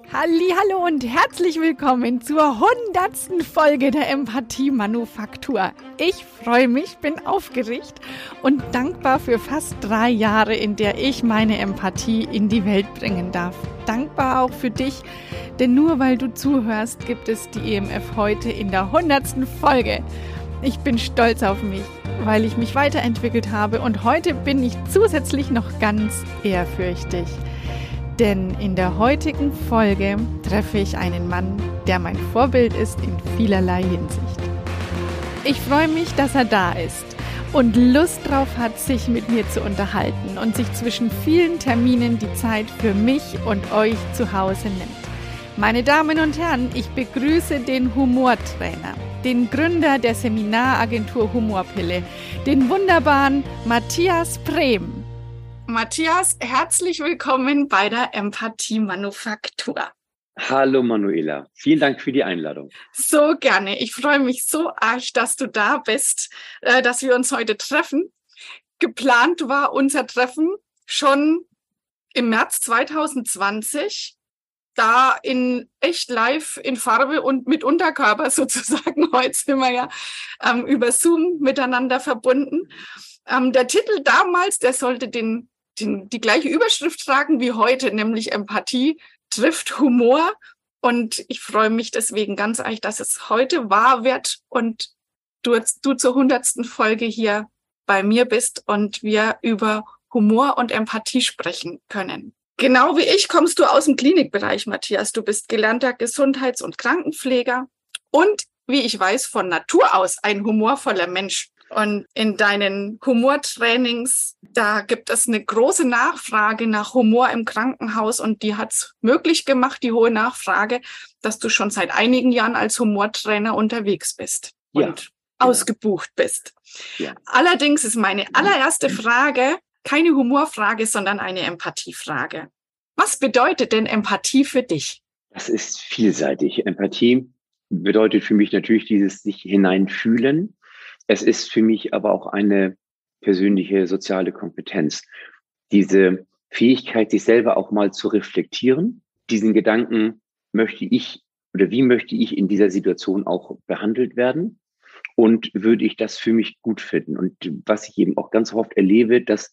Hallihallo und herzlich willkommen zur 100. Folge der Empathie-Manufaktur. Ich freue mich, bin aufgeregt und dankbar für fast 3 Jahre, in der ich meine Empathie in die Welt bringen darf. Dankbar auch für dich, denn nur weil du zuhörst, gibt es die EMF heute in der 100. Folge. Ich bin stolz auf mich, weil ich mich weiterentwickelt habe und heute bin ich zusätzlich noch ganz ehrfürchtig. Denn in der heutigen Folge treffe ich einen Mann, der mein Vorbild ist in vielerlei Hinsicht. Ich freue mich, dass er da ist und Lust drauf hat, sich mit mir zu unterhalten und sich zwischen vielen Terminen die Zeit für mich und euch zu Hause nimmt. Meine Damen und Herren, ich begrüße den Humortrainer, den Gründer der Seminaragentur Humorpille, den wunderbaren Matthias Brehm. Matthias, herzlich willkommen bei der Empathie-Manufaktur. Hallo Manuela, vielen Dank für die Einladung. So gerne, ich freue mich so arg, dass du da bist, dass wir uns heute treffen. Geplant war unser Treffen schon im März 2020, da in echt live in Farbe und mit Unterkörper sozusagen. Heute sind wir ja über Zoom miteinander verbunden. Der Titel damals, der sollte die gleiche Überschrift tragen wie heute, nämlich Empathie trifft Humor. Und ich freue mich deswegen ganz arg, dass es heute wahr wird und du zur 100. Folge hier bei mir bist und wir über Humor und Empathie sprechen können. Genau wie ich kommst du aus dem Klinikbereich, Matthias. Du bist gelernter Gesundheits- und Krankenpfleger und, wie ich weiß, von Natur aus ein humorvoller Mensch. Und in deinen Humortrainings, da gibt es eine große Nachfrage nach Humor im Krankenhaus und die hat es möglich gemacht, die hohe Nachfrage, dass du schon seit einigen Jahren als Humortrainer unterwegs bist und ausgebucht bist. Ja. Allerdings ist meine allererste Frage keine Humorfrage, sondern eine Empathiefrage. Was bedeutet denn Empathie für dich? Das ist vielseitig. Empathie bedeutet für mich natürlich dieses sich hineinfühlen. Es ist für mich aber auch eine persönliche soziale Kompetenz. Diese Fähigkeit, sich selber auch mal zu reflektieren, diesen Gedanken wie möchte ich in dieser Situation auch behandelt werden? Und würde ich das für mich gut finden? Und was ich eben auch ganz oft erlebe, dass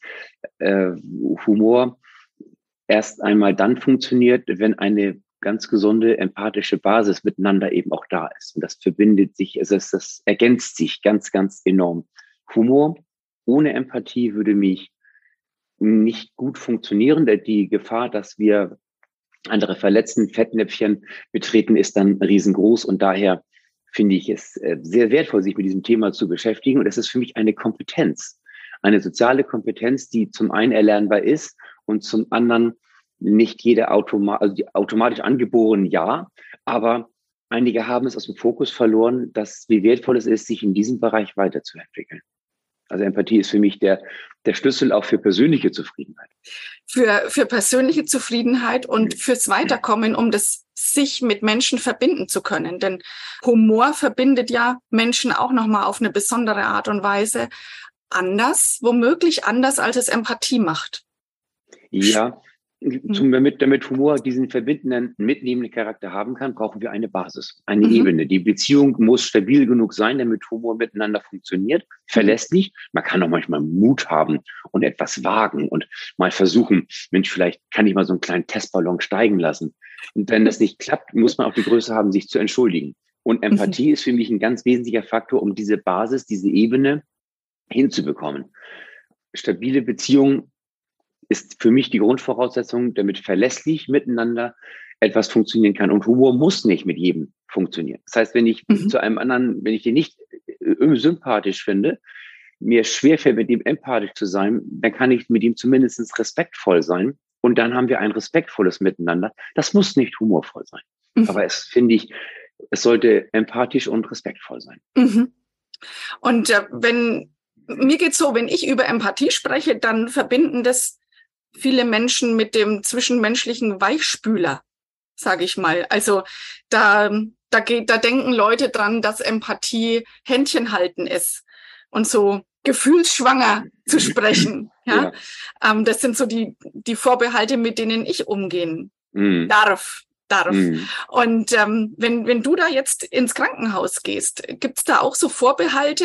Humor erst einmal dann funktioniert, wenn eine ganz gesunde, empathische Basis miteinander eben auch da ist. Und das verbindet sich, das ergänzt sich ganz, ganz enorm. Humor ohne Empathie würde mich nicht gut funktionieren, denn die Gefahr, dass wir andere verletzen, Fettnäpfchen betreten, ist dann riesengroß. Und daher finde ich es sehr wertvoll, sich mit diesem Thema zu beschäftigen. Und es ist für mich eine Kompetenz, eine soziale Kompetenz, die zum einen erlernbar ist und zum anderen nicht jeder automatisch angeboren, ja, aber einige haben es aus dem Fokus verloren, wie wertvoll es ist, sich in diesem Bereich weiterzuentwickeln. Also Empathie ist für mich der Schlüssel auch für persönliche Zufriedenheit. Für persönliche Zufriedenheit und fürs Weiterkommen, um das sich mit Menschen verbinden zu können. Denn Humor verbindet ja Menschen auch nochmal auf eine besondere Art und Weise womöglich anders, als es Empathie macht. Ja, damit Humor diesen verbindenden, mitnehmenden Charakter haben kann, brauchen wir eine Basis, eine Ebene. Die Beziehung muss stabil genug sein, damit Humor miteinander funktioniert, verlässlich. Man kann auch manchmal Mut haben und etwas wagen und mal versuchen, Mensch, vielleicht kann ich mal so einen kleinen Testballon steigen lassen. Und wenn das nicht klappt, muss man auch die Größe haben, sich zu entschuldigen. Und Empathie ist für mich ein ganz wesentlicher Faktor, um diese Basis, diese Ebene hinzubekommen. Stabile Beziehungen ist für mich die Grundvoraussetzung, damit verlässlich miteinander etwas funktionieren kann. Und Humor muss nicht mit jedem funktionieren. Das heißt, wenn ich zu einem anderen, wenn ich den nicht sympathisch finde, mir schwerfällt, mit ihm empathisch zu sein, dann kann ich mit ihm zumindest respektvoll sein. Und dann haben wir ein respektvolles Miteinander. Das muss nicht humorvoll sein. Aber es sollte empathisch und respektvoll sein. Und mir geht's so, wenn ich über Empathie spreche, dann verbinden das viele Menschen mit dem zwischenmenschlichen Weichspüler, sage ich mal. Also da denken Leute dran, dass Empathie Händchen halten ist und so gefühlsschwanger zu sprechen. Ja? Das sind so die Vorbehalte, mit denen ich umgehen darf. darf. Mhm. Und wenn du da jetzt ins Krankenhaus gehst, gibt es da auch so Vorbehalte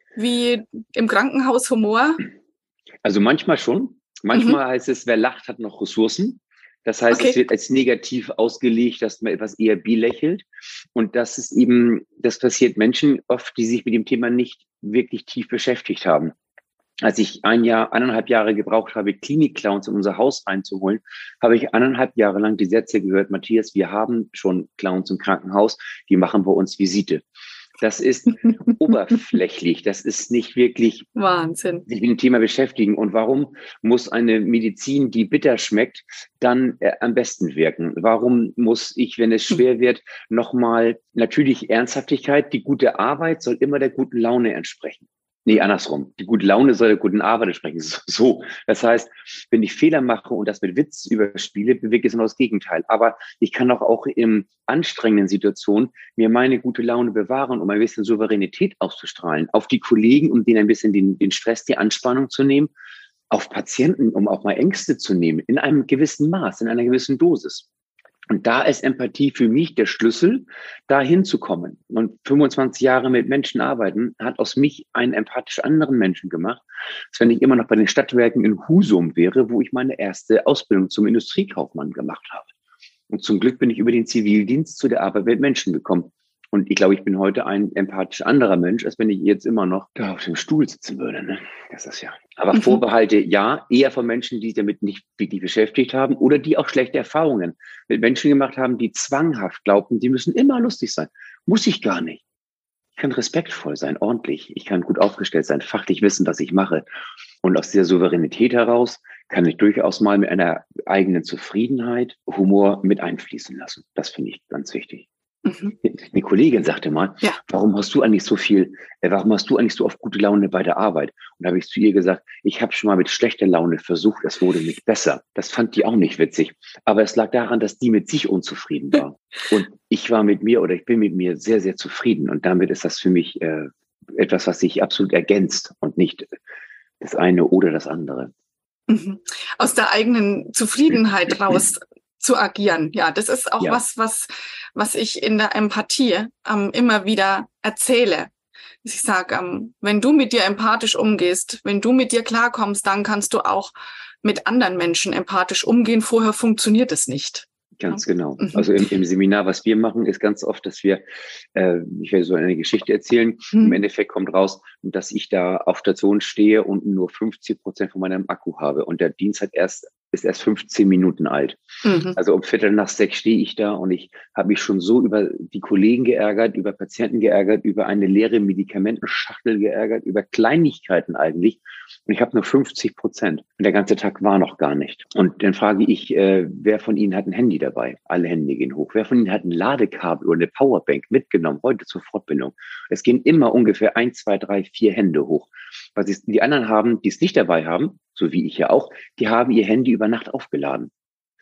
wie im Krankenhaus Humor? Also manchmal schon. Manchmal heißt es, wer lacht, hat noch Ressourcen. Das heißt, es Okay. wird als negativ ausgelegt, dass man etwas eher belächelt. Und das ist eben, das passiert Menschen oft, die sich mit dem Thema nicht wirklich tief beschäftigt haben. Als ich 1,5 Jahre gebraucht habe, Klinik-Clowns in unser Haus reinzuholen, habe ich 1,5 Jahre lang die Sätze gehört: Matthias, wir haben schon Clowns im Krankenhaus, die machen bei uns Visite. Das ist oberflächlich, das ist nicht wirklich Wahnsinn. sich mit dem Thema beschäftigen. Und warum muss eine Medizin, die bitter schmeckt, dann am besten wirken? Warum muss ich, wenn es schwer wird, nochmal natürlich Ernsthaftigkeit, die gute Arbeit soll immer der guten Laune entsprechen. Nee, andersrum. Die gute Laune soll der guten Arbeit entsprechen. So. Das heißt, wenn ich Fehler mache und das mit Witz überspiele, bewirkt es nur das Gegenteil. Aber ich kann auch in anstrengenden Situationen mir meine gute Laune bewahren, um ein bisschen Souveränität auszustrahlen. Auf die Kollegen, um denen ein bisschen den Stress, die Anspannung zu nehmen. Auf Patienten, um auch mal Ängste zu nehmen. In einem gewissen Maß, in einer gewissen Dosis. Und da ist Empathie für mich der Schlüssel, da hinzukommen. Und 25 Jahre mit Menschen arbeiten hat aus mich einen empathisch anderen Menschen gemacht, als wenn ich immer noch bei den Stadtwerken in Husum wäre, wo ich meine erste Ausbildung zum Industriekaufmann gemacht habe. Und zum Glück bin ich über den Zivildienst zu der Arbeit mit Menschen gekommen. Und ich glaube, ich bin heute ein empathisch anderer Mensch, als wenn ich jetzt immer noch da auf dem Stuhl sitzen würde. Ne? Das ist ja. Aber Vorbehalte, ja, eher von Menschen, die sich damit nicht wirklich beschäftigt haben oder die auch schlechte Erfahrungen mit Menschen gemacht haben, die zwanghaft glaubten, die müssen immer lustig sein. Muss ich gar nicht. Ich kann respektvoll sein, ordentlich. Ich kann gut aufgestellt sein, fachlich wissen, was ich mache. Und aus dieser Souveränität heraus kann ich durchaus mal mit einer eigenen Zufriedenheit Humor mit einfließen lassen. Das finde ich ganz wichtig. Eine Kollegin sagte mal, Ja. warum hast du eigentlich so oft gute Laune bei der Arbeit? Und da habe ich zu ihr gesagt, ich habe schon mal mit schlechter Laune versucht, es wurde nicht besser. Das fand die auch nicht witzig. Aber es lag daran, dass die mit sich unzufrieden war. Und ich bin mit mir sehr, sehr zufrieden. Und damit ist das für mich etwas, was sich absolut ergänzt und nicht das eine oder das andere. Aus der eigenen Zufriedenheit raus zu agieren. Ja, das ist auch was ich in der Empathie immer wieder erzähle. Ich sage, wenn du mit dir empathisch umgehst, wenn du mit dir klarkommst, dann kannst du auch mit anderen Menschen empathisch umgehen. Vorher funktioniert es nicht. Ganz genau. Also im Seminar, was wir machen, ist ganz oft, dass wir, ich werde so eine Geschichte erzählen, im Endeffekt kommt raus, dass ich da auf Station stehe und nur 50% von meinem Akku habe und der Dienst ist erst 15 Minuten alt. Also um 5:45 stehe ich da und ich habe mich schon so über die Kollegen geärgert, über Patienten geärgert, über eine leere Medikamentenschachtel geärgert, über Kleinigkeiten eigentlich. Und ich habe nur 50%. Und der ganze Tag war noch gar nicht. Und dann frage ich, wer von Ihnen hat ein Handy dabei? Alle Hände gehen hoch. Wer von Ihnen hat ein Ladekabel oder eine Powerbank mitgenommen, heute zur Fortbildung? Es gehen immer ungefähr 1, 2, 3, 4 Hände hoch. Was die anderen haben, die es nicht dabei haben, so wie ich ja auch, die haben ihr Handy über Nacht aufgeladen.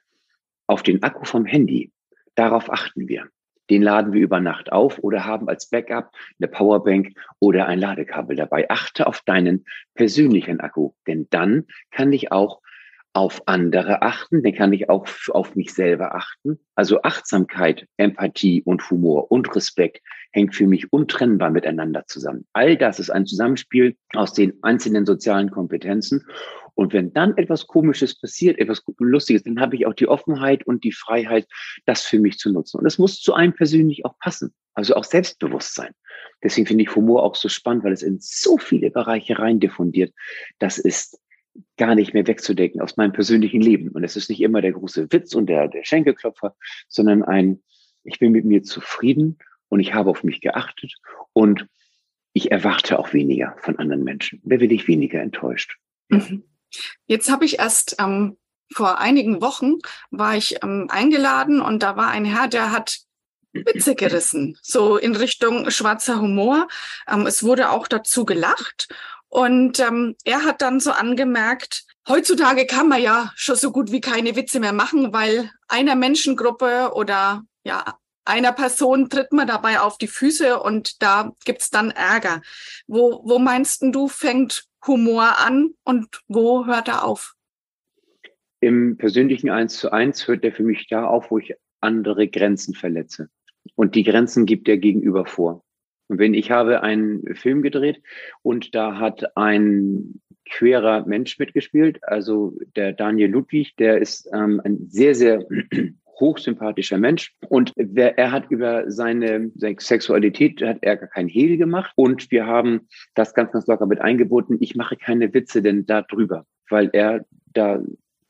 Auf den Akku vom Handy, darauf achten wir. Den laden wir über Nacht auf oder haben als Backup eine Powerbank oder ein Ladekabel dabei. Achte auf deinen persönlichen Akku, denn dann kann ich auch auf andere achten, dann kann ich auch auf mich selber achten. Also Achtsamkeit, Empathie und Humor und Respekt hängt für mich untrennbar miteinander zusammen. All das ist ein Zusammenspiel aus den einzelnen sozialen Kompetenzen. Und wenn dann etwas Komisches passiert, etwas Lustiges, dann habe ich auch die Offenheit und die Freiheit, das für mich zu nutzen. Und es muss zu einem persönlich auch passen. Also auch Selbstbewusstsein. Deswegen finde ich Humor auch so spannend, weil es in so viele Bereiche rein diffundiert. Das ist gar nicht mehr wegzudenken aus meinem persönlichen Leben. Und es ist nicht immer der große Witz und der Schenkelklopfer, sondern ich bin mit mir zufrieden und ich habe auf mich geachtet und ich erwarte auch weniger von anderen Menschen. Wer will ich weniger enttäuscht? Ja. Jetzt habe ich erst vor einigen Wochen war ich eingeladen und da war ein Herr, der hat Witze gerissen, so in Richtung schwarzer Humor. Es wurde auch dazu gelacht. Und er hat dann so angemerkt, heutzutage kann man ja schon so gut wie keine Witze mehr machen, weil einer Menschengruppe oder einer Person tritt man dabei auf die Füße und da gibt's dann Ärger. Wo meinst du, fängt Humor an und wo hört er auf? Im persönlichen 1:1 hört der für mich da auf, wo ich andere Grenzen verletze. Und die Grenzen gibt der Gegenüber vor. Und wenn ich habe einen Film gedreht und da hat ein querer Mensch mitgespielt, also der Daniel Ludwig, der ist ein sehr, sehr hochsympathischer Mensch und er hat über seine Sexualität hat er gar keinen Hehl gemacht und wir haben das ganz, ganz locker mit eingebunden. Ich mache keine Witze denn da drüber, weil er da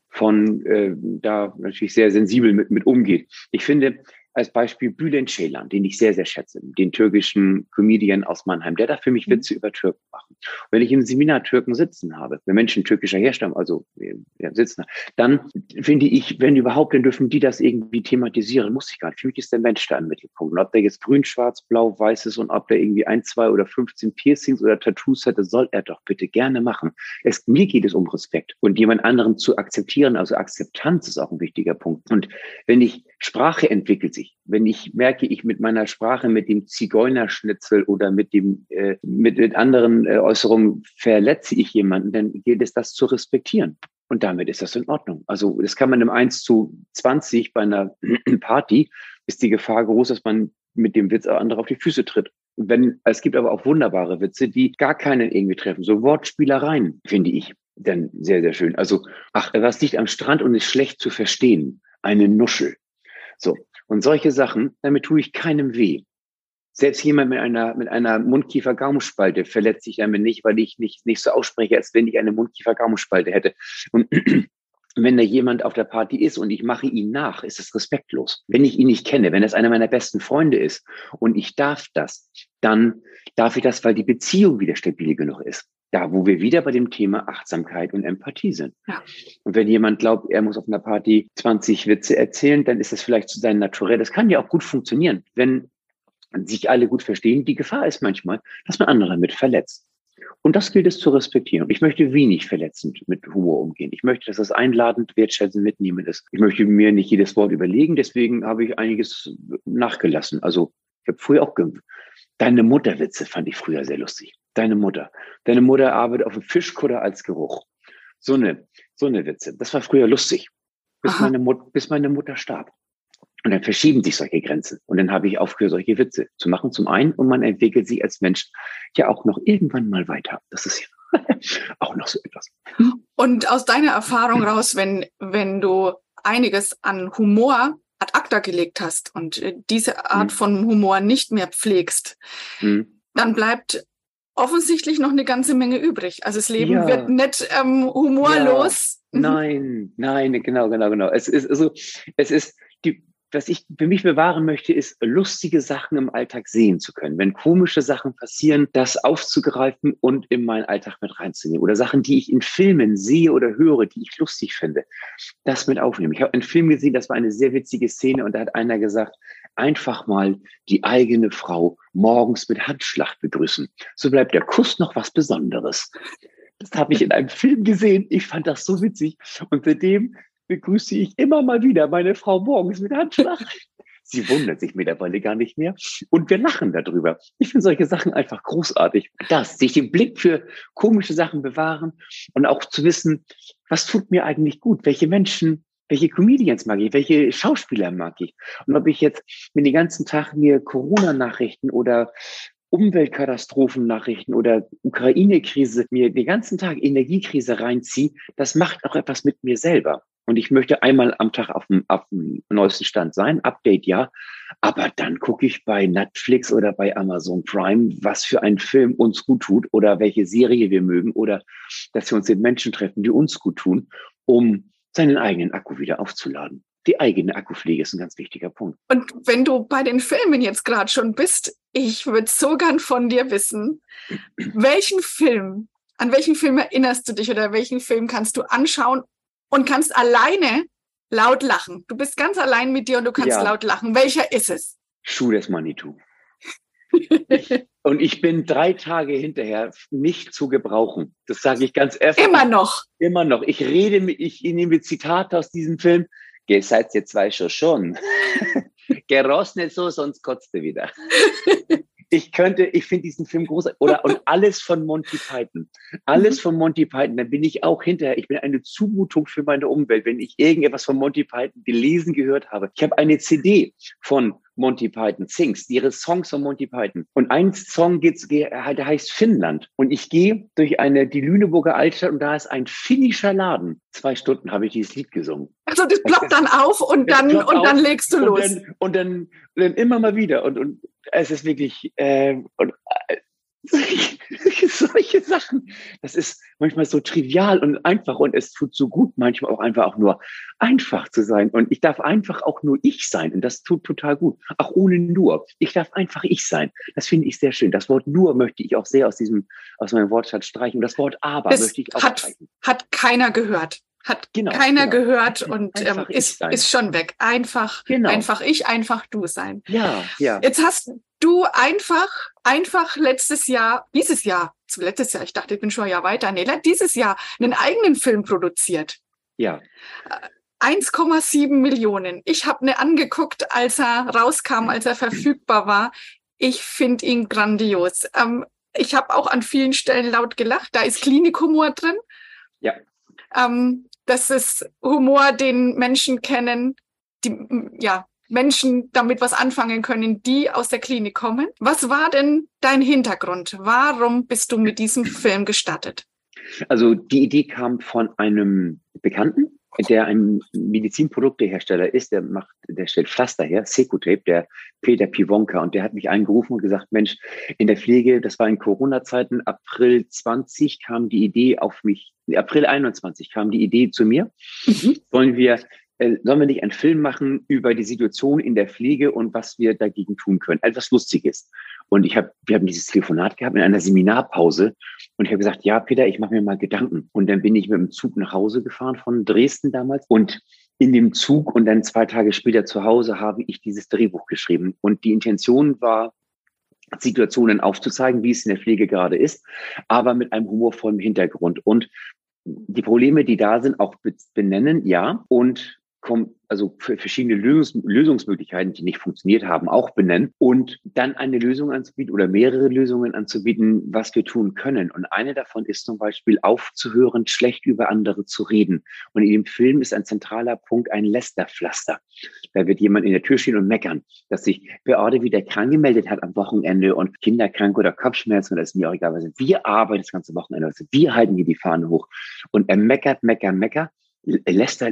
natürlich sehr sensibel mit umgeht. Ich finde, als Beispiel Bülent Ceylan, den ich sehr, sehr schätze, den türkischen Comedian aus Mannheim, der darf für mich Witze über Türken machen. Und wenn ich im Seminar Türken sitzen habe, wenn Menschen türkischer Herstamm, also sitzen, dann finde ich, wenn überhaupt, dann dürfen die das irgendwie thematisieren. Muss ich gar nicht. Für mich ist der Mensch da im Mittelpunkt. Und ob der jetzt grün, schwarz, blau, weiß ist und ob der irgendwie 1, 2 oder 15 Piercings oder Tattoos hat, das soll er doch bitte gerne machen. Mir geht es um Respekt und jemand anderen zu akzeptieren. Also Akzeptanz ist auch ein wichtiger Punkt. Und wenn Sprache entwickelt sich. Wenn ich merke, ich mit meiner Sprache, mit dem Zigeunerschnitzel oder mit anderen Äußerungen verletze ich jemanden, dann gilt es, das zu respektieren. Und damit ist das in Ordnung. Also das kann man im 1:20 bei einer Party, ist die Gefahr groß, dass man mit dem Witz andere auf die Füße tritt. Es gibt aber auch wunderbare Witze, die gar keinen irgendwie treffen. So Wortspielereien, finde ich dann sehr, sehr schön. Also, was liegt am Strand und ist schlecht zu verstehen? Eine Nuschel. So. Und solche Sachen, damit tue ich keinem weh. Selbst jemand mit einer Mundkiefer-Gaumenspalte verletzt sich damit nicht, weil ich nicht so ausspreche, als wenn ich eine Mundkiefer-Gaumenspalte hätte. Und wenn da jemand auf der Party ist und ich mache ihn nach, ist es respektlos. Wenn ich ihn nicht kenne, wenn es einer meiner besten Freunde ist und ich darf das, dann darf ich das, weil die Beziehung wieder stabil genug ist. Da, wo wir wieder bei dem Thema Achtsamkeit und Empathie sind. Ja. Und wenn jemand glaubt, er muss auf einer Party 20 Witze erzählen, dann ist das vielleicht zu seinem Naturell. Das kann ja auch gut funktionieren, wenn sich alle gut verstehen. Die Gefahr ist manchmal, dass man andere mit verletzt. Und das gilt es zu respektieren. Ich möchte wenig verletzend mit Humor umgehen. Ich möchte, dass das einladend, wertschätzend, mitnehmend ist. Ich möchte mir nicht jedes Wort überlegen, deswegen habe ich einiges nachgelassen. Also ich habe früher auch deine Mutterwitze fand ich früher sehr lustig. Deine Mutter arbeitet auf dem Fischkutter als Geruch. So eine Witze. Das war früher lustig, bis meine Mutter starb. Und dann verschieben sich solche Grenzen. Und dann habe ich aufgehört, solche Witze zu machen, zum einen. Und man entwickelt sich als Mensch ja auch noch irgendwann mal weiter. Das ist ja auch noch so etwas. Und aus deiner Erfahrung raus, wenn du einiges an Humor ad acta gelegt hast und diese Art von Humor nicht mehr pflegst, dann bleibt offensichtlich noch eine ganze Menge übrig. Also das Leben wird nicht humorlos. Ja. Nein, genau. Es ist was ich für mich bewahren möchte, ist, lustige Sachen im Alltag sehen zu können. Wenn komische Sachen passieren, das aufzugreifen und in meinen Alltag mit reinzunehmen. Oder Sachen, die ich in Filmen sehe oder höre, die ich lustig finde, das mit aufnehmen. Ich habe einen Film gesehen, das war eine sehr witzige Szene und da hat einer gesagt, einfach mal die eigene Frau morgens mit Handschlag begrüßen. So bleibt der Kuss noch was Besonderes. Das habe ich in einem Film gesehen. Ich fand das so witzig. Und seitdem begrüße ich immer mal wieder meine Frau morgens mit Handschlag. Sie wundert sich mittlerweile gar nicht mehr. Und wir lachen darüber. Ich finde solche Sachen einfach großartig. Sich den Blick für komische Sachen bewahren und auch zu wissen, was tut mir eigentlich gut? Welche Menschen, welche Comedians mag ich? Welche Schauspieler mag ich? Und ob ich jetzt mir den ganzen Tag mir Corona-Nachrichten oder Umweltkatastrophen-Nachrichten oder Ukraine-Krise, mir den ganzen Tag Energiekrise reinziehe, das macht auch etwas mit mir selber. Und ich möchte einmal am Tag auf dem neuesten Stand sein, Update ja, aber dann gucke ich bei Netflix oder bei Amazon Prime, was für ein Film uns gut tut oder welche Serie wir mögen oder dass wir uns mit Menschen treffen, die uns gut tun, um seinen eigenen Akku wieder aufzuladen. Die eigene Akkupflege ist ein ganz wichtiger Punkt. Und wenn du bei den Filmen jetzt gerade schon bist, ich würde so gern von dir wissen, an welchen Film erinnerst du dich oder welchen Film kannst du anschauen und kannst alleine laut lachen? Du bist ganz allein mit dir und du kannst laut lachen. Welcher ist es? Schuh des Manitou. Und ich bin 3 Tage hinterher nicht zu gebrauchen. Das sage ich ganz ehrlich. Immer noch. Immer noch. Ich nehme Zitate aus diesem Film. Seid ihr zwei schon. Geh raus nicht so, sonst kotzt du wieder. Ich finde diesen Film großartig. Und alles von Monty Python. Alles von Monty Python. Da bin ich auch hinterher. Ich bin eine Zumutung für meine Umwelt, wenn ich irgendetwas von Monty Python gelesen, gehört habe. Ich habe eine CD von Monty Python Sings, ihre Songs von Monty Python. Und ein Song der heißt Finnland. Und ich gehe durch die Lüneburger Altstadt und da ist ein finnischer Laden. 2 Stunden habe ich dieses Lied gesungen. Also das ploppt dann auf und dann legst du los. Und dann immer mal wieder. Und es ist wirklich solche Sachen. Das ist manchmal so trivial und einfach und es tut so gut, manchmal auch einfach auch nur einfach zu sein. Und ich darf einfach auch nur ich sein und das tut total gut. Auch ohne nur. Ich darf einfach ich sein. Das finde ich sehr schön. Das Wort nur möchte ich auch sehr aus meinem Wortschatz streichen. Und das Wort aber möchte ich auch streichen. Hat keiner gehört. Keiner gehört und ist schon weg. Einfach ich, einfach du sein. Ja. Jetzt hast du einfach letztes Jahr, ich dachte, ich bin schon ein Jahr weiter, dieses Jahr einen eigenen Film produziert. Ja. 1,7 Millionen. Ich habe mir angeguckt, als er rauskam, als er verfügbar war. Ich finde ihn grandios. Ich habe auch an vielen Stellen laut gelacht. Da ist Klinikhumor drin. Ja. Das ist Humor, den Menschen kennen, Menschen damit was anfangen können, die aus der Klinik kommen. Was war denn dein Hintergrund? Warum bist du mit diesem Film gestartet? Also die Idee kam von einem Bekannten, der ein Medizinproduktehersteller ist, der stellt Pflaster her, Secotape, der Peter Pivonka, und der hat mich angerufen und gesagt, Mensch, in der Pflege, das war in Corona-Zeiten, April 21 kam die Idee zu mir, sollen wir nicht einen Film machen über die Situation in der Pflege und was wir dagegen tun können? Etwas Lustiges. Und wir haben dieses Telefonat gehabt in einer Seminarpause und ich habe gesagt, ja, Peter, ich mache mir mal Gedanken. Und dann bin ich mit dem Zug nach Hause gefahren von Dresden damals und in dem Zug und dann 2 Tage später zu Hause habe ich dieses Drehbuch geschrieben. Und die Intention war, Situationen aufzuzeigen, wie es in der Pflege gerade ist, aber mit einem humorvollen Hintergrund. Und die Probleme, die da sind, auch benennen, ja, und also für verschiedene Lösungsmöglichkeiten, die nicht funktioniert haben, auch benennen und dann eine Lösung anzubieten oder mehrere Lösungen anzubieten, was wir tun können. Und eine davon ist zum Beispiel aufzuhören, schlecht über andere zu reden. Und in dem Film ist ein zentraler Punkt ein Lästerpflaster. Da wird jemand in der Tür stehen und meckern, dass sich Beate wieder krank gemeldet hat am Wochenende und kinderkrank oder Kopfschmerzen, das ist mir auch egal. Also wir arbeiten das ganze Wochenende, also wir halten hier die Fahne hoch. Und er meckert, Läster.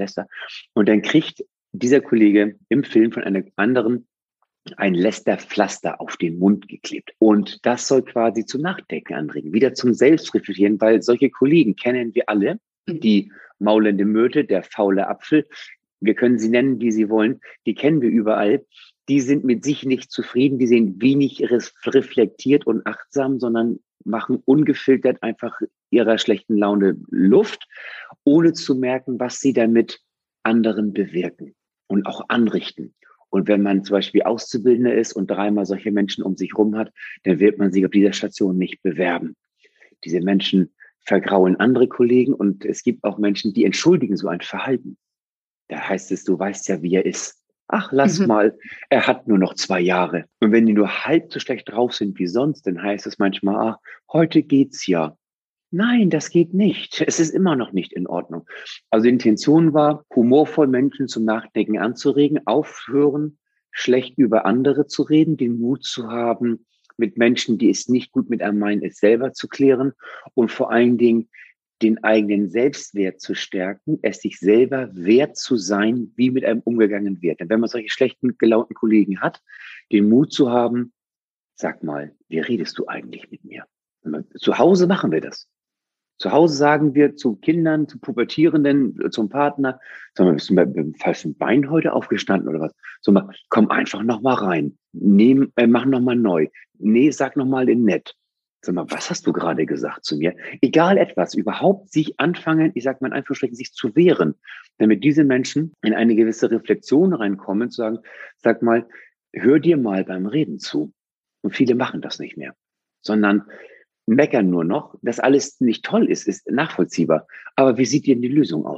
Und dann kriegt dieser Kollege im Film von einer anderen ein Lästerpflaster auf den Mund geklebt. Und das soll quasi zum Nachdenken anregen, wieder zum Selbstreflektieren, weil solche Kollegen kennen wir alle, die maulende Myrte, der faule Apfel, wir können sie nennen, wie sie wollen, die kennen wir überall. Die sind mit sich nicht zufrieden, die sind wenig reflektiert und achtsam, sondern machen ungefiltert einfach ihrer schlechten Laune Luft, ohne zu merken, was sie damit anderen bewirken und auch anrichten. Und wenn man zum Beispiel Auszubildender ist und 3-mal solche Menschen um sich rum hat, dann wird man sich auf dieser Station nicht bewerben. Diese Menschen vergraulen andere Kollegen und es gibt auch Menschen, die entschuldigen so ein Verhalten. Da heißt es, du weißt ja, wie er ist. Ach, lass mal, er hat nur noch 2 Jahre. Und wenn die nur halb so schlecht drauf sind wie sonst, dann heißt es manchmal, ach, heute geht's ja. Nein, das geht nicht. Es ist immer noch nicht in Ordnung. Also die Intention war, humorvoll Menschen zum Nachdenken anzuregen, aufhören, schlecht über andere zu reden, den Mut zu haben, mit Menschen, die es nicht gut mit einem meinen, es selber zu klären und vor allen Dingen den eigenen Selbstwert zu stärken, es sich selber wert zu sein, wie mit einem umgegangen wird. Denn wenn man solche schlechten gelaunten Kollegen hat, den Mut zu haben, sag mal, wie redest du eigentlich mit mir? Zu Hause machen wir das. Zu Hause sagen wir zu Kindern, zu Pubertierenden, zum Partner, sag mal, bist du mit dem falschen Bein heute aufgestanden oder was? Sag mal, komm einfach noch mal rein. Mach noch mal neu. Nee, sag noch mal in nett. Sag mal, was hast du gerade gesagt zu mir? Egal etwas, überhaupt sich anfangen, ich sag mal in Anführungsstrichen, sich zu wehren, damit diese Menschen in eine gewisse Reflexion reinkommen, zu sagen, sag mal, hör dir mal beim Reden zu. Und viele machen das nicht mehr, sondern meckern nur noch. Dass alles nicht toll ist, ist nachvollziehbar. Aber wie sieht denn die Lösung aus?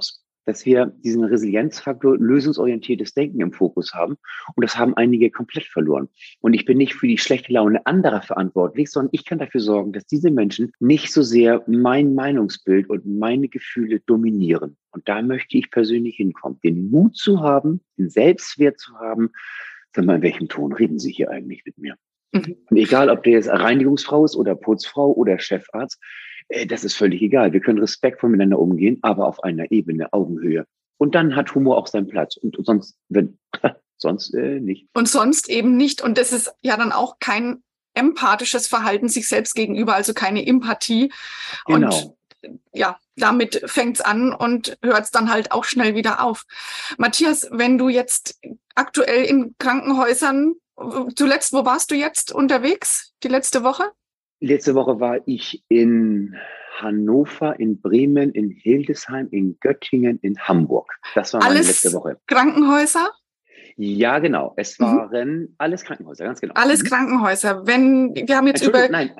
dass wir diesen Resilienzfaktor lösungsorientiertes Denken im Fokus haben. Und das haben einige komplett verloren. Und ich bin nicht für die schlechte Laune anderer verantwortlich, sondern ich kann dafür sorgen, dass diese Menschen nicht so sehr mein Meinungsbild und meine Gefühle dominieren. Und da möchte ich persönlich hinkommen, den Mut zu haben, den Selbstwert zu haben. Sag mal, in welchem Ton reden Sie hier eigentlich mit mir? Und egal, ob der jetzt Reinigungsfrau ist oder Putzfrau oder Chefarzt, das ist völlig egal. Wir können respektvoll miteinander umgehen, aber auf einer Ebene, Augenhöhe. Und dann hat Humor auch seinen Platz. Und sonst nicht. Und sonst eben nicht. Und das ist ja dann auch kein empathisches Verhalten sich selbst gegenüber, also keine Empathie. Genau. Und ja, damit fängt's an und hört's dann halt auch schnell wieder auf. Matthias, wenn du jetzt aktuell in Krankenhäusern, zuletzt, wo warst du jetzt unterwegs, die letzte Woche? Letzte Woche war ich in Hannover, in Bremen, in Hildesheim, in Göttingen, in Hamburg. Das war meine letzte Woche. Krankenhäuser? Ja, genau. Es waren alles Krankenhäuser, ganz genau. Alles Krankenhäuser. Wir haben jetzt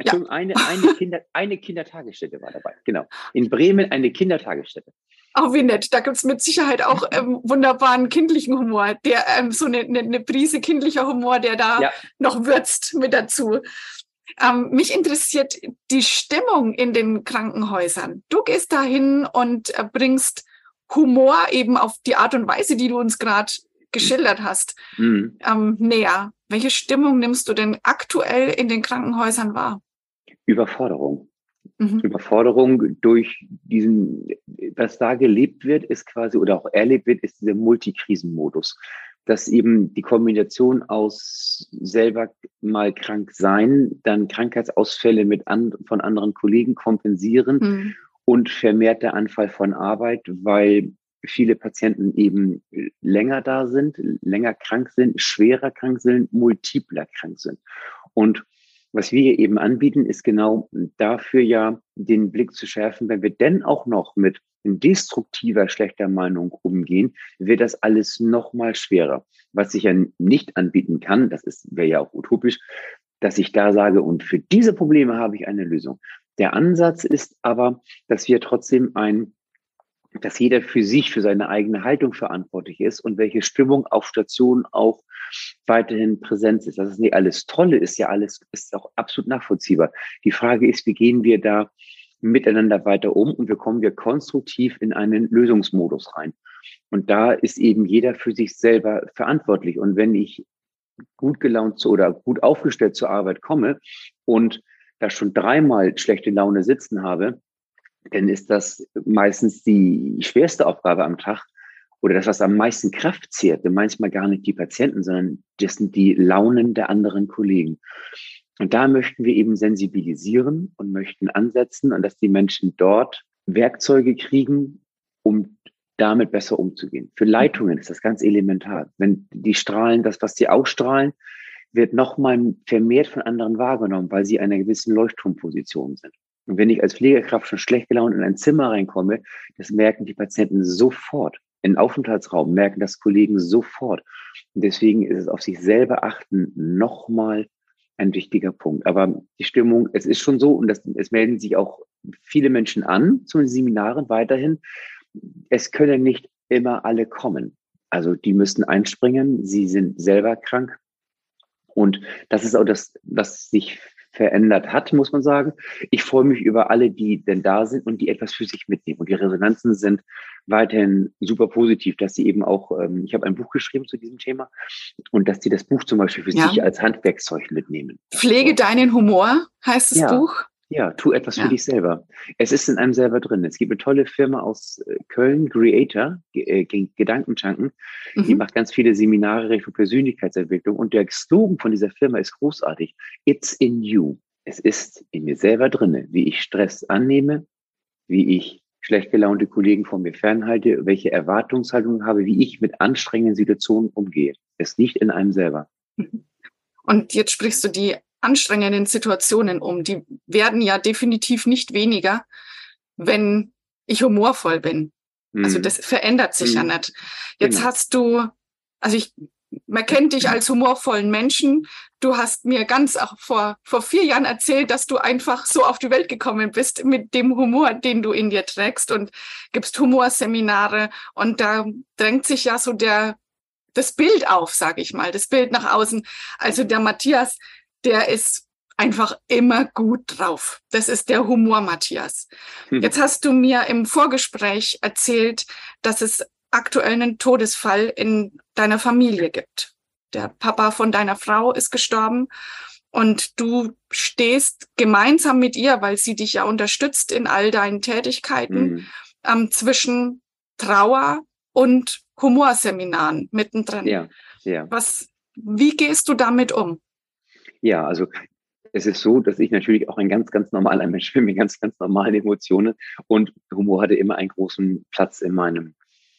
eine Kindertagesstätte war dabei. Genau. In Bremen eine Kindertagesstätte. Auch wie nett. Da gibt's mit Sicherheit auch wunderbaren kindlichen Humor, der so eine Prise kindlicher Humor, der da noch würzt mit dazu. Mich interessiert die Stimmung in den Krankenhäusern. Du gehst dahin und bringst Humor eben auf die Art und Weise, die du uns gerade geschildert hast, näher. Welche Stimmung nimmst du denn aktuell in den Krankenhäusern wahr? Überforderung. Überforderung durch was da gelebt wird, ist quasi, oder auch erlebt wird, ist dieser Multikrisenmodus. Dass eben die Kombination aus selber mal krank sein, dann Krankheitsausfälle von anderen Kollegen kompensieren und vermehrter Anfall von Arbeit, weil viele Patienten eben länger da sind, länger krank sind, schwerer krank sind, multipler krank sind. Und was wir eben anbieten, ist genau dafür ja den Blick zu schärfen, wenn wir denn auch noch mit destruktiver, schlechter Meinung umgehen, wird das alles noch mal schwerer. Was ich ja nicht anbieten kann, wäre ja auch utopisch, dass ich da sage, und für diese Probleme habe ich eine Lösung. Der Ansatz ist aber, dass wir trotzdem dass jeder für sich, für seine eigene Haltung verantwortlich ist und welche Stimmung auf Station auch weiterhin präsent ist. Dass es nicht alles Tolle ist, ja alles ist auch absolut nachvollziehbar. Die Frage ist, wie gehen wir da miteinander weiter um und wie kommen wir konstruktiv in einen Lösungsmodus rein? Und da ist eben jeder für sich selber verantwortlich. Und wenn ich gut gelaunt oder gut aufgestellt zur Arbeit komme und da schon 3-mal schlechte Laune sitzen habe, dann ist das meistens die schwerste Aufgabe am Tag oder das, was am meisten Kraft zehrt. Denn manchmal gar nicht die Patienten, sondern das sind die Launen der anderen Kollegen. Und da möchten wir eben sensibilisieren und möchten ansetzen und dass die Menschen dort Werkzeuge kriegen, um damit besser umzugehen. Für Leitungen ist das ganz elementar. Wenn die strahlen, das, was sie ausstrahlen, wird nochmal vermehrt von anderen wahrgenommen, weil sie in einer gewissen Leuchtturmposition sind. Und wenn ich als Pflegekraft schon schlecht gelaunt in ein Zimmer reinkomme, das merken die Patienten sofort. In den Aufenthaltsraum merken das Kollegen sofort. Und deswegen ist es auf sich selber achten nochmal ein wichtiger Punkt. Aber die Stimmung, es ist schon so, und es melden sich auch viele Menschen an zu den Seminaren weiterhin. Es können nicht immer alle kommen. Also die müssen einspringen. Sie sind selber krank. Und das ist auch das, was sich verändert hat, muss man sagen. Ich freue mich über alle, die denn da sind und die etwas für sich mitnehmen. Und die Resonanzen sind weiterhin super positiv, dass sie eben auch, ich habe ein Buch geschrieben zu diesem Thema, und dass sie das Buch zum Beispiel für sich als Handwerkszeug mitnehmen. Pflege deinen Humor heißt das Buch. Ja, tu etwas für dich selber. Es ist in einem selber drin. Es gibt eine tolle Firma aus Köln, Creator, Gedankentanken. Die macht ganz viele Seminare Richtung Persönlichkeitsentwicklung. Und der Slogan von dieser Firma ist großartig. It's in you. Es ist in mir selber drin, wie ich Stress annehme, wie ich schlecht gelaunte Kollegen von mir fernhalte, welche Erwartungshaltung habe, wie ich mit anstrengenden Situationen umgehe. Es liegt in einem selber. Und jetzt sprichst du die anstrengenden Situationen um. Die werden ja definitiv nicht weniger, wenn ich humorvoll bin. Also das verändert sich ja nicht. Jetzt hast du, man kennt dich als humorvollen Menschen. du hast mir ganz auch vor 4 Jahren erzählt, dass du einfach so auf die Welt gekommen bist mit dem Humor, den du in dir trägst und gibst Humorseminare. Und da drängt sich ja so das Bild auf, sage ich mal, das Bild nach außen. Also der Matthias, der ist einfach immer gut drauf. Das ist der Humor Matthias. Jetzt hast du mir im Vorgespräch erzählt, dass es aktuell einen Todesfall in deiner Familie gibt. Der Papa von deiner Frau ist gestorben und du stehst gemeinsam mit ihr, weil sie dich ja unterstützt in all deinen Tätigkeiten, zwischen Trauer und Humorseminaren mittendrin. Ja, ja. Wie gehst du damit um? Ja, also es ist so, dass ich natürlich auch ein ganz, ganz normaler Mensch bin mit ganz, ganz normalen Emotionen, und Humor hatte immer einen großen Platz in meinem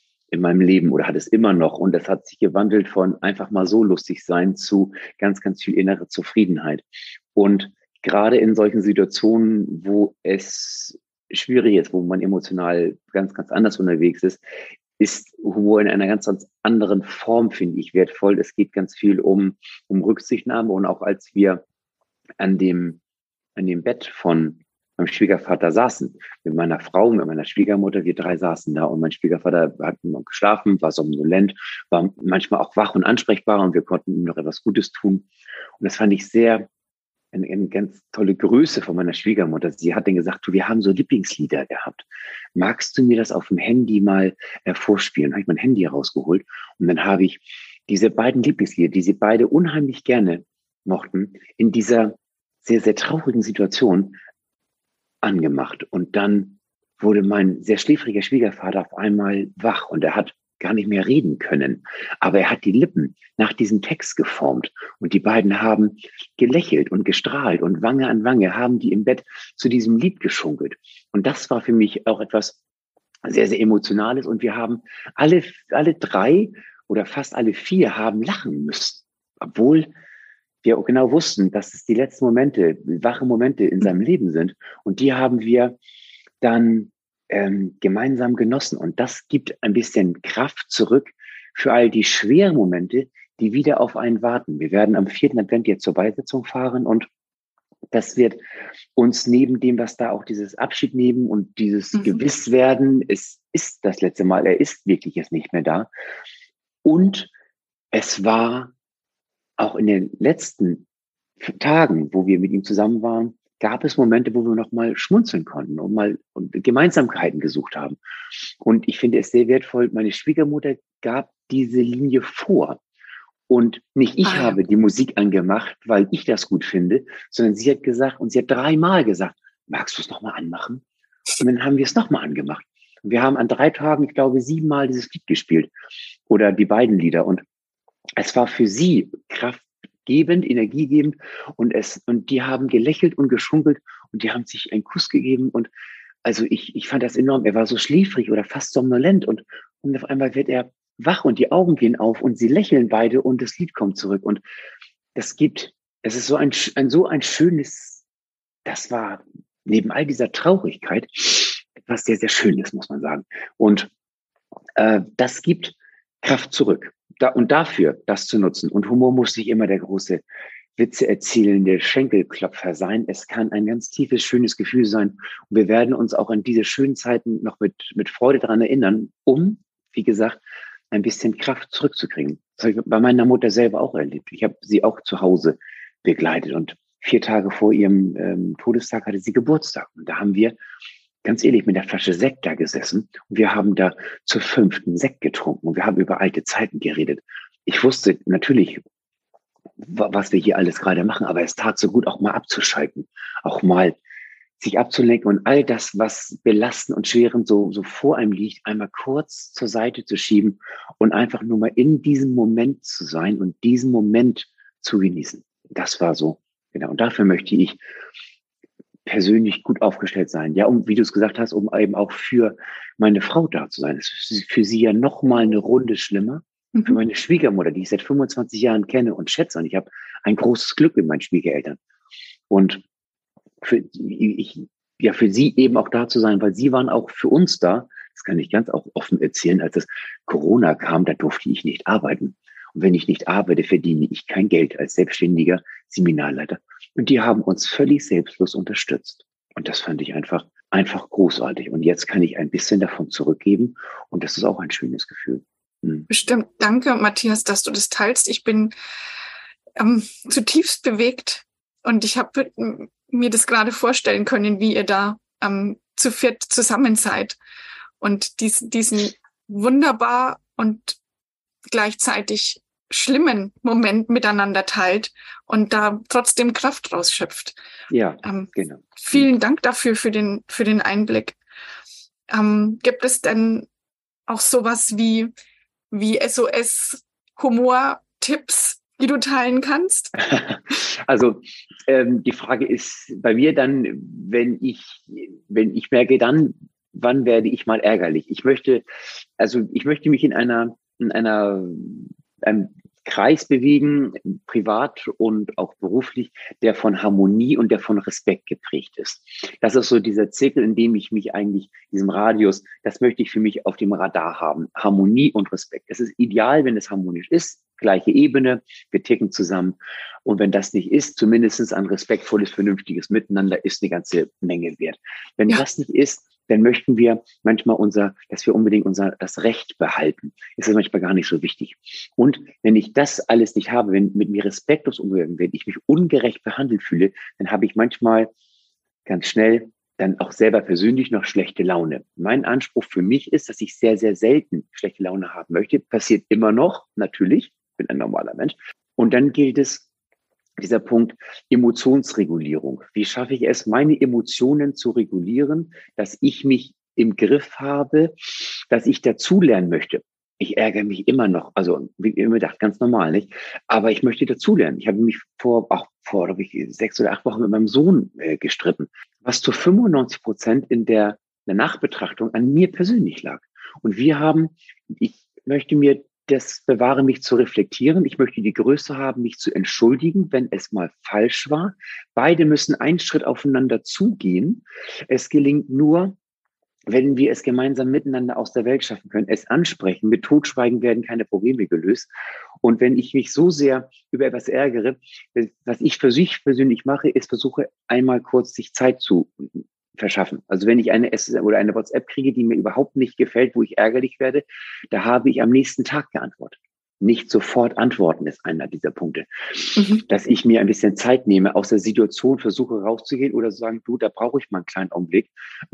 Leben oder hat es immer noch. Und das hat sich gewandelt von einfach mal so lustig sein zu ganz, ganz viel innere Zufriedenheit. Und gerade in solchen Situationen, wo es schwierig ist, wo man emotional ganz, ganz anders unterwegs ist Humor in einer ganz, ganz anderen Form, finde ich, wertvoll. Es geht ganz viel um Rücksichtnahme. Und auch als wir an dem Bett von meinem Schwiegervater saßen, mit meiner Frau, mit meiner Schwiegermutter, wir 3 saßen da, und mein Schwiegervater hat noch geschlafen, war somnolent, war manchmal auch wach und ansprechbar, und wir konnten ihm noch etwas Gutes tun. Und das fand ich eine ganz tolle Größe von meiner Schwiegermutter. Sie hat dann gesagt, du, wir haben so Lieblingslieder gehabt. Magst du mir das auf dem Handy mal vorspielen? Habe ich mein Handy rausgeholt, und dann habe ich diese beiden Lieblingslieder, die sie beide unheimlich gerne mochten, in dieser sehr, sehr traurigen Situation angemacht. Und dann wurde mein sehr schläfriger Schwiegervater auf einmal wach, und er hat gar nicht mehr reden können. Aber er hat die Lippen nach diesem Text geformt, und die beiden haben gelächelt und gestrahlt, und Wange an Wange haben die im Bett zu diesem Lied geschunkelt. Und das war für mich auch etwas sehr, sehr Emotionales, und wir haben alle 3 oder fast alle 4 haben lachen müssen, obwohl wir genau wussten, dass es die letzten Momente, wache Momente in seinem Leben sind. Und die haben wir dann gemeinsam genossen. Und das gibt ein bisschen Kraft zurück für all die schweren Momente, die wieder auf einen warten. Wir werden am 4. Advent jetzt zur Beisetzung fahren, und das wird uns neben dem, was da auch dieses Abschied nehmen und dieses Gewisswerden, es ist das letzte Mal, er ist wirklich jetzt nicht mehr da. Und es war auch in den letzten Tagen, wo wir mit ihm zusammen waren, gab es Momente, wo wir noch mal schmunzeln konnten und mal Gemeinsamkeiten gesucht haben. Und ich finde es sehr wertvoll, meine Schwiegermutter gab diese Linie vor. Und nicht ich habe die Musik angemacht, weil ich das gut finde, sondern sie hat gesagt, und sie hat 3-mal gesagt, magst du es nochmal anmachen? Und dann haben wir es nochmal angemacht. Und wir haben an 3 Tagen, ich glaube, 7-mal dieses Lied gespielt. Oder die beiden Lieder. Und es war für sie kraftgebend, energiegebend, und die haben gelächelt und geschunkelt, und die haben sich einen Kuss gegeben, und also ich fand das enorm. Er war so schläfrig oder fast somnolent, und auf einmal wird er wach, und die Augen gehen auf, und sie lächeln beide, und das Lied kommt zurück, und es ist so ein schönes, das war neben all dieser Traurigkeit etwas sehr, sehr Schönes, muss man sagen. Und das gibt Kraft zurück. Und dafür das zu nutzen. Und Humor muss nicht immer der große Witze erzielende Schenkelklopfer sein. Es kann ein ganz tiefes, schönes Gefühl sein. Und wir werden uns auch an diese schönen Zeiten noch mit Freude daran erinnern, um, wie gesagt, ein bisschen Kraft zurückzukriegen. Das habe ich bei meiner Mutter selber auch erlebt. Ich habe sie auch zu Hause begleitet, und 4 Tage vor ihrem Todestag hatte sie Geburtstag. Und da haben wir ganz ehrlich mit der Flasche Sekt da gesessen, und wir haben da zur 5. Sekt getrunken, und wir haben über alte Zeiten geredet. Ich wusste natürlich, was wir hier alles gerade machen, aber es tat so gut, auch mal abzuschalten, auch mal sich abzulenken und all das, was belastend und schwerend so vor einem liegt, einmal kurz zur Seite zu schieben und einfach nur mal in diesem Moment zu sein und diesen Moment zu genießen. Das war so, genau. Und dafür möchte ich persönlich gut aufgestellt sein. Ja, wie du es gesagt hast, um eben auch für meine Frau da zu sein. Das ist für sie ja noch mal eine Runde schlimmer. Für meine Schwiegermutter, die ich seit 25 Jahren kenne und schätze. Und ich habe ein großes Glück mit meinen Schwiegereltern. Und für sie eben auch da zu sein, weil sie waren auch für uns da. Das kann ich ganz auch offen erzählen. Als das Corona kam, da durfte ich nicht arbeiten. Und Und wenn ich nicht arbeite, verdiene ich kein Geld als selbstständiger Seminarleiter. Und die haben uns völlig selbstlos unterstützt. Und das fand ich einfach großartig. Und jetzt kann ich ein bisschen davon zurückgeben. Und das ist auch ein schönes Gefühl. Bestimmt. Danke, Matthias, dass du das teilst. Ich bin zutiefst bewegt und ich habe mir das gerade vorstellen können, wie ihr da zu viert zusammen seid und diesen wunderbar und gleichzeitig schlimmen Moment miteinander teilt und da trotzdem Kraft rausschöpft. Ja, genau. Vielen Dank dafür für den Einblick. Gibt es denn auch sowas wie SOS-Humor-Tipps, die du teilen kannst? Also die Frage ist bei mir dann, wenn ich merke, dann, wann werde ich mal ärgerlich? Ich möchte mich in einem Kreis bewegen, privat und auch beruflich, der von Harmonie und der von Respekt geprägt ist. Das ist so dieser Zirkel, in dem ich mich eigentlich, diesem Radius, das möchte ich für mich auf dem Radar haben. Harmonie und Respekt. Es ist ideal, wenn es harmonisch ist, gleiche Ebene, wir ticken zusammen. Und wenn das nicht ist, zumindest ein respektvolles, vernünftiges Miteinander ist eine ganze Menge wert. Wenn das nicht ist, dann möchten wir manchmal dass wir unbedingt das Recht behalten. Ist das manchmal gar nicht so wichtig. Und wenn ich das alles nicht habe, wenn mit mir respektlos umgegangen wird, ich mich ungerecht behandelt fühle, dann habe ich manchmal ganz schnell dann auch selber persönlich noch schlechte Laune. Mein Anspruch für mich ist, dass ich sehr, sehr selten schlechte Laune haben möchte. Passiert immer noch, natürlich. Ich bin ein normaler Mensch. Und dann gilt es, dieser Punkt Emotionsregulierung. Wie schaffe ich es, meine Emotionen zu regulieren, dass ich mich im Griff habe, dass ich dazulernen möchte? Ich ärgere mich immer noch, also wie immer gedacht, ganz normal, nicht? Aber ich möchte dazulernen. Ich habe mich vor 6 oder 8 Wochen mit meinem Sohn gestritten, was zu 95% in der Nachbetrachtung an mir persönlich lag. Und ich möchte mir das bewahre, mich zu reflektieren. Ich möchte die Größe haben, mich zu entschuldigen, wenn es mal falsch war. Beide müssen einen Schritt aufeinander zugehen. Es gelingt nur, wenn wir es gemeinsam miteinander aus der Welt schaffen können, es ansprechen. Mit Totschweigen werden keine Probleme gelöst. Und wenn ich mich so sehr über etwas ärgere, was ich für sich persönlich mache, ist versuche einmal kurz sich Zeit zu verschaffen. Also wenn ich eine SMS oder eine WhatsApp kriege, die mir überhaupt nicht gefällt, wo ich ärgerlich werde, da habe ich am nächsten Tag geantwortet. Nicht sofort antworten ist einer dieser Punkte. Dass ich mir ein bisschen Zeit nehme, aus der Situation versuche rauszugehen oder zu sagen, du, da brauche ich mal einen kleinen Augenblick.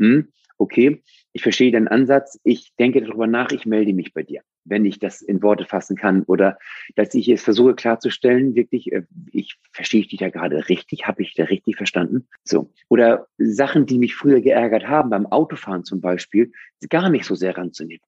Okay, ich verstehe deinen Ansatz, ich denke darüber nach, ich melde mich bei dir, wenn ich das in Worte fassen kann oder dass ich es versuche klarzustellen, wirklich, verstehe ich dich da gerade richtig, habe ich da richtig verstanden? So. Oder Sachen, die mich früher geärgert haben, beim Autofahren zum Beispiel, gar nicht so sehr ranzunehmen.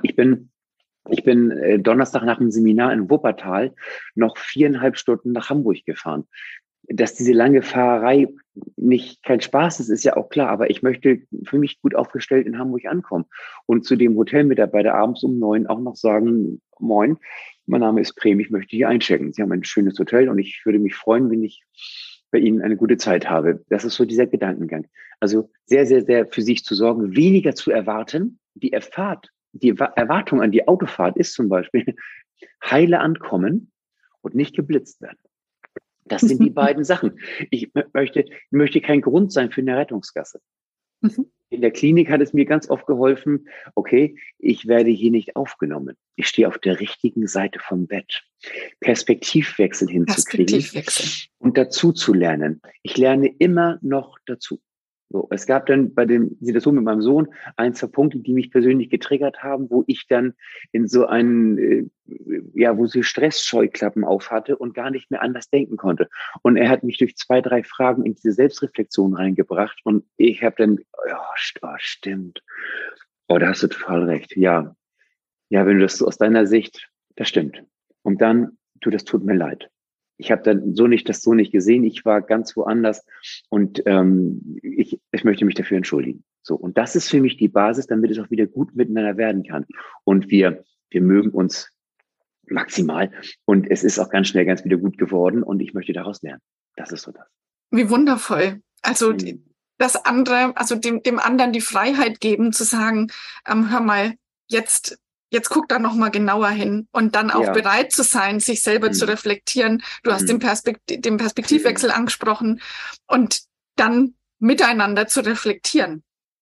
Ich bin Donnerstag nach dem Seminar in Wuppertal noch 4,5 Stunden nach Hamburg gefahren. Dass diese lange Fahrerei kein Spaß ist, ist ja auch klar. Aber ich möchte für mich gut aufgestellt in Hamburg ankommen und zu dem Hotelmitarbeiter abends um 9 auch noch sagen, moin, mein Name ist Prem, ich möchte hier einchecken. Sie haben ein schönes Hotel und ich würde mich freuen, wenn ich bei Ihnen eine gute Zeit habe. Das ist so dieser Gedankengang. Also sehr, sehr, sehr für sich zu sorgen, weniger zu erwarten. Die Erwartung an die Autofahrt ist zum Beispiel heile ankommen und nicht geblitzt werden. Das sind die beiden Sachen. Ich möchte kein Grund sein für eine Rettungsgasse. In der Klinik hat es mir ganz oft geholfen, okay, ich werde hier nicht aufgenommen. Ich stehe auf der richtigen Seite vom Bett. Perspektivwechsel hinzukriegen und dazu zu lernen. Ich lerne immer noch dazu. So, es gab dann bei dem Situation mit meinem Sohn 2 Punkte, die mich persönlich getriggert haben, wo ich dann in so einen, wo sie Stressscheuklappen auf hatte und gar nicht mehr anders denken konnte. Und er hat mich durch 2, 3 Fragen in diese Selbstreflexion reingebracht und ich habe dann, stimmt. Oh, da hast du total recht. Ja, wenn du das so aus deiner Sicht, das stimmt. Und dann, das tut mir leid. Ich habe dann das so nicht gesehen. Ich war ganz woanders und ich möchte mich dafür entschuldigen. So, und das ist für mich die Basis, damit es auch wieder gut miteinander werden kann. Und wir mögen uns maximal und es ist auch ganz schnell ganz wieder gut geworden und ich möchte daraus lernen. Das ist so das. Wie wundervoll. Also das andere, also dem anderen die Freiheit geben, zu sagen, hör mal, jetzt jetzt guck da nochmal genauer hin und dann auch Ja. bereit zu sein, sich selber zu reflektieren. Du hast den Perspektivwechsel angesprochen und dann miteinander zu reflektieren.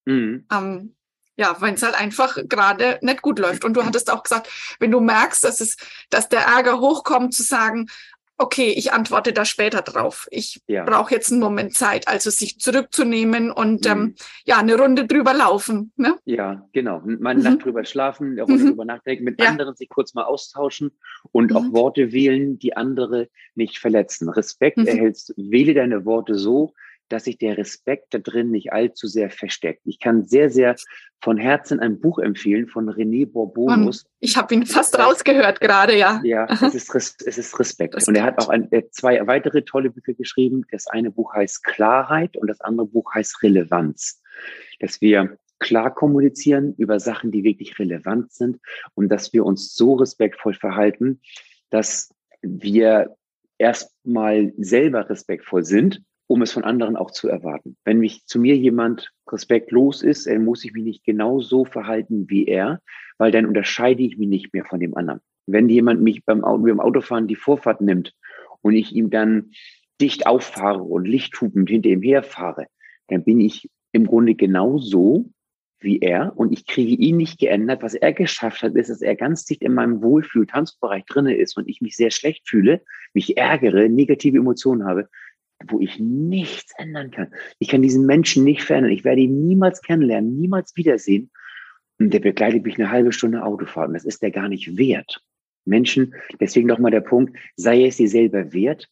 Ja, wenn es halt einfach gerade nicht gut läuft. Und du hattest auch gesagt, wenn du merkst, dass der Ärger hochkommt, zu sagen, okay, ich antworte da später drauf. Ich brauche jetzt einen Moment Zeit, also sich zurückzunehmen und ja, eine Runde drüber laufen. Ne? Ja, genau. Mal eine Nacht drüber schlafen, eine Runde drüber nachdenken, mit anderen sich kurz mal austauschen und auch Worte wählen, die andere nicht verletzen. Respekt erhältst, wähle deine Worte so, dass sich der Respekt da drin nicht allzu sehr versteckt. Ich kann sehr, sehr von Herzen ein Buch empfehlen von René Bourbonus. Ich habe ihn fast rausgehört gerade, ja. Ja, es ist Respekt. Und er hat auch zwei weitere tolle Bücher geschrieben. Das eine Buch heißt Klarheit und das andere Buch heißt Relevanz. Dass wir klar kommunizieren über Sachen, die wirklich relevant sind und dass wir uns so respektvoll verhalten, dass wir erstmal selber respektvoll sind, um es von anderen auch zu erwarten. Wenn mich zu mir jemand respektlos ist, dann muss ich mich nicht genau so verhalten wie er, weil dann unterscheide ich mich nicht mehr von dem anderen. Wenn jemand mich beim Autofahren die Vorfahrt nimmt und ich ihm dann dicht auffahre und lichthupend hinter ihm herfahre, dann bin ich im Grunde genauso wie er und ich kriege ihn nicht geändert. Was er geschafft hat, ist, dass er ganz dicht in meinem Wohlfühl-Tanzbereich drinne ist und ich mich sehr schlecht fühle, mich ärgere, negative Emotionen habe, wo ich nichts ändern kann. Ich kann diesen Menschen nicht verändern. Ich werde ihn niemals kennenlernen, niemals wiedersehen. Und der begleitet mich eine halbe Stunde Autofahrt. Und das ist der gar nicht wert. Menschen, deswegen nochmal der Punkt, sei es dir selber wert,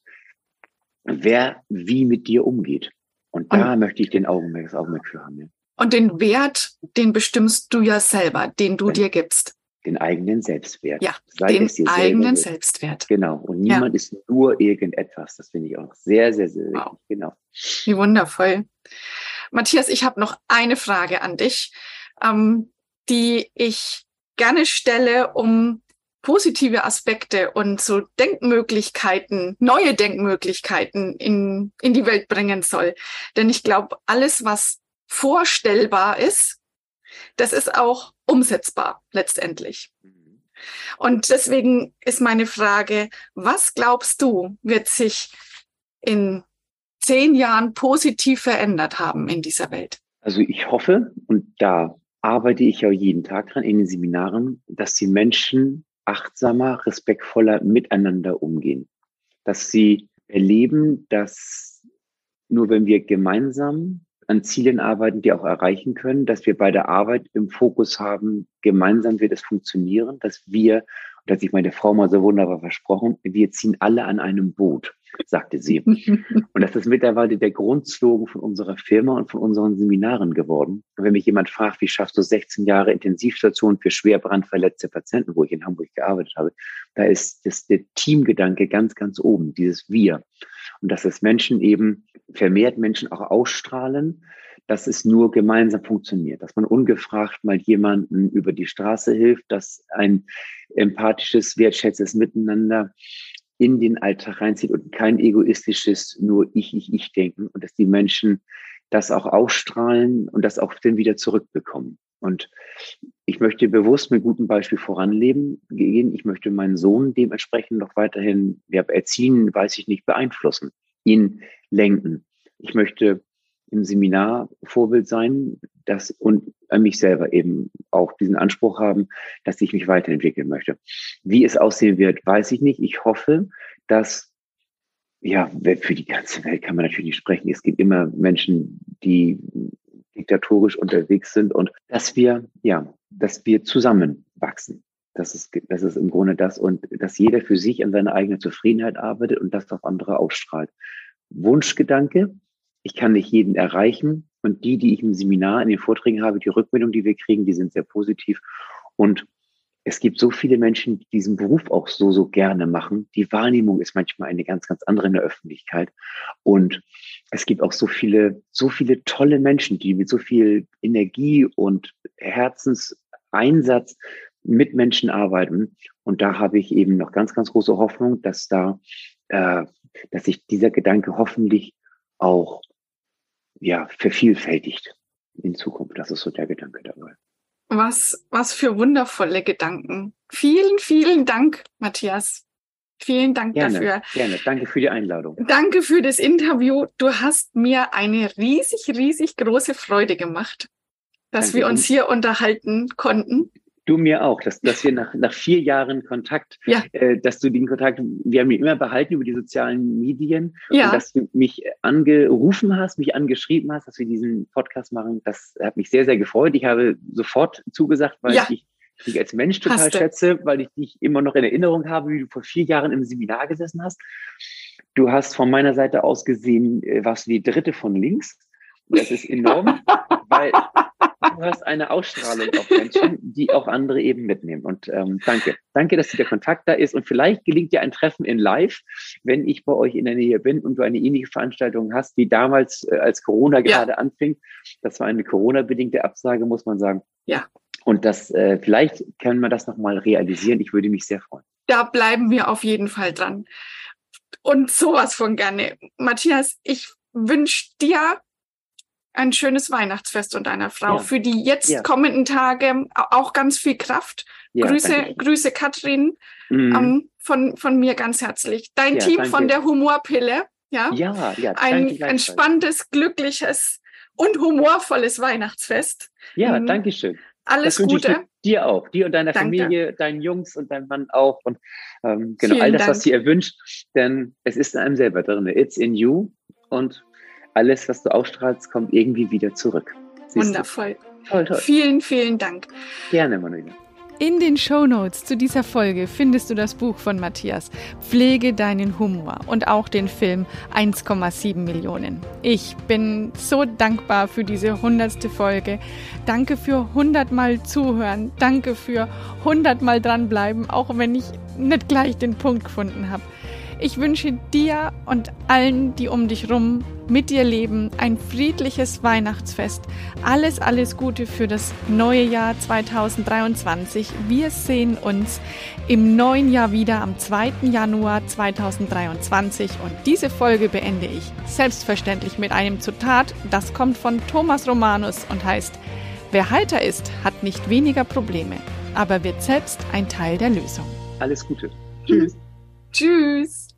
wer wie mit dir umgeht. Und da möchte ich das Augenmerk für haben. Ja. Und den Wert, den bestimmst du ja selber, den du dir gibst. Den eigenen Selbstwert. Ja, den eigenen Selbstwert. Genau. Und niemand ist nur irgendetwas. Das finde ich auch sehr, sehr, sehr wichtig. Genau. Wie wundervoll. Matthias, ich habe noch eine Frage an dich, die ich gerne stelle, um positive Aspekte und so Denkmöglichkeiten, neue Denkmöglichkeiten in die Welt bringen soll. Denn ich glaube, alles, was vorstellbar ist, das ist auch umsetzbar letztendlich. Und deswegen ist meine Frage, was glaubst du, wird sich in 10 Jahren positiv verändert haben in dieser Welt? Also ich hoffe, und da arbeite ich ja jeden Tag dran in den Seminaren, dass die Menschen achtsamer, respektvoller miteinander umgehen. Dass sie erleben, dass nur wenn wir gemeinsam an Zielen arbeiten, die auch erreichen können, dass wir bei der Arbeit im Fokus haben, gemeinsam wird es funktionieren, dass wir, und das hat sich meine Frau mal so wunderbar versprochen, wir ziehen alle an einem Boot, sagte sie. Und das ist mittlerweile der Grundslogan von unserer Firma und von unseren Seminaren geworden. Und wenn mich jemand fragt, wie schaffst du 16 Jahre Intensivstation für schwer brandverletzte Patienten, wo ich in Hamburg gearbeitet habe, da ist der Teamgedanke ganz, ganz oben, dieses Wir. Und dass es Menschen eben, vermehrt Menschen auch ausstrahlen, dass es nur gemeinsam funktioniert, dass man ungefragt mal jemanden über die Straße hilft, dass ein empathisches, wertschätzendes Miteinander in den Alltag reinzieht und kein egoistisches, nur ich denken und dass die Menschen das auch ausstrahlen und das auch dann wieder zurückbekommen. Und ich möchte bewusst mit gutem Beispiel voranleben gehen. Ich möchte meinen Sohn dementsprechend noch weiterhin erziehen, weiß ich nicht, beeinflussen, ihn lenken. Ich möchte im Seminar Vorbild sein, und an mich selber eben auch diesen Anspruch haben, dass ich mich weiterentwickeln möchte. Wie es aussehen wird, weiß ich nicht. Ich hoffe, dass, ja, für die ganze Welt kann man natürlich nicht sprechen. Es gibt immer Menschen, die diktatorisch unterwegs sind und dass wir zusammenwachsen. Das ist im Grunde das und dass jeder für sich an seiner eigenen Zufriedenheit arbeitet und das auf andere ausstrahlt. Wunschgedanke. Ich kann nicht jeden erreichen und die ich im Seminar, in den Vorträgen habe, die Rückmeldung, die wir kriegen, die sind sehr positiv und es gibt so viele Menschen, die diesen Beruf auch so gerne machen. Die Wahrnehmung ist manchmal eine ganz, ganz andere in der Öffentlichkeit. Und es gibt auch so viele tolle Menschen, die mit so viel Energie und Herzenseinsatz mit Menschen arbeiten. Und da habe ich eben noch ganz, ganz große Hoffnung, dass sich dieser Gedanke hoffentlich auch, vervielfältigt in Zukunft. Das ist so der Gedanke dabei. Was für wundervolle Gedanken. Vielen, vielen Dank, Matthias. Vielen Dank dafür. Gerne. Danke für die Einladung. Danke für das Interview. Du hast mir eine riesig, riesig große Freude gemacht, dass wir uns hier unterhalten konnten. Du mir auch, dass wir nach 4 Jahren Kontakt, dass du den Kontakt, wir haben ihn immer behalten über die sozialen Medien, und dass du mich angerufen hast, mich angeschrieben hast, dass wir diesen Podcast machen, das hat mich sehr, sehr gefreut. Ich habe sofort zugesagt, weil ich dich als Mensch total schätze, weil ich dich immer noch in Erinnerung habe, wie du vor 4 Jahren im Seminar gesessen hast. Du hast von meiner Seite aus gesehen, warst du die dritte von links. Das ist enorm, weil du hast eine Ausstrahlung auf Menschen, die auch andere eben mitnehmen. Und danke. Danke, dass der Kontakt da ist. Und vielleicht gelingt dir ein Treffen in Live, wenn ich bei euch in der Nähe bin und du eine ähnliche Veranstaltung hast, wie damals, als Corona gerade anfing. Das war eine Corona-bedingte Absage, muss man sagen. Ja. Und das vielleicht können wir das nochmal realisieren. Ich würde mich sehr freuen. Da bleiben wir auf jeden Fall dran. Und sowas von gerne. Matthias, ich wünsche dir ein schönes Weihnachtsfest und deiner Frau für die jetzt kommenden Tage auch ganz viel Kraft. Ja, Grüße Katrin von mir ganz herzlich. Dein Team von der Humorpille. Ein entspanntes, glückliches und humorvolles Weihnachtsfest. Ja, danke schön. Alles Gute. Dir auch, dir und deiner Familie, deinen Jungs und deinem Mann auch. Und all das, was ihr wünscht, denn es ist in einem selber drin. It's in you. Und alles, was du ausstrahlst, kommt irgendwie wieder zurück. Wundervoll. Toll. Vielen, vielen Dank. Gerne, Manuela. In den Shownotes zu dieser Folge findest du das Buch von Matthias, Pflege deinen Humor, und auch den Film 1,7 Millionen. Ich bin so dankbar für diese 100. Folge. Danke für 100 Mal zuhören. Danke für 100 Mal dranbleiben, auch wenn ich nicht gleich den Punkt gefunden habe. Ich wünsche dir und allen, die um dich rum mit dir leben, ein friedliches Weihnachtsfest. Alles Gute für das neue Jahr 2023. Wir sehen uns im neuen Jahr wieder am 2. Januar 2023. Und diese Folge beende ich selbstverständlich mit einem Zitat. Das kommt von Thomas Romanus und heißt: Wer heiter ist, hat nicht weniger Probleme, aber wird selbst ein Teil der Lösung. Alles Gute. Tschüss. Tschüss.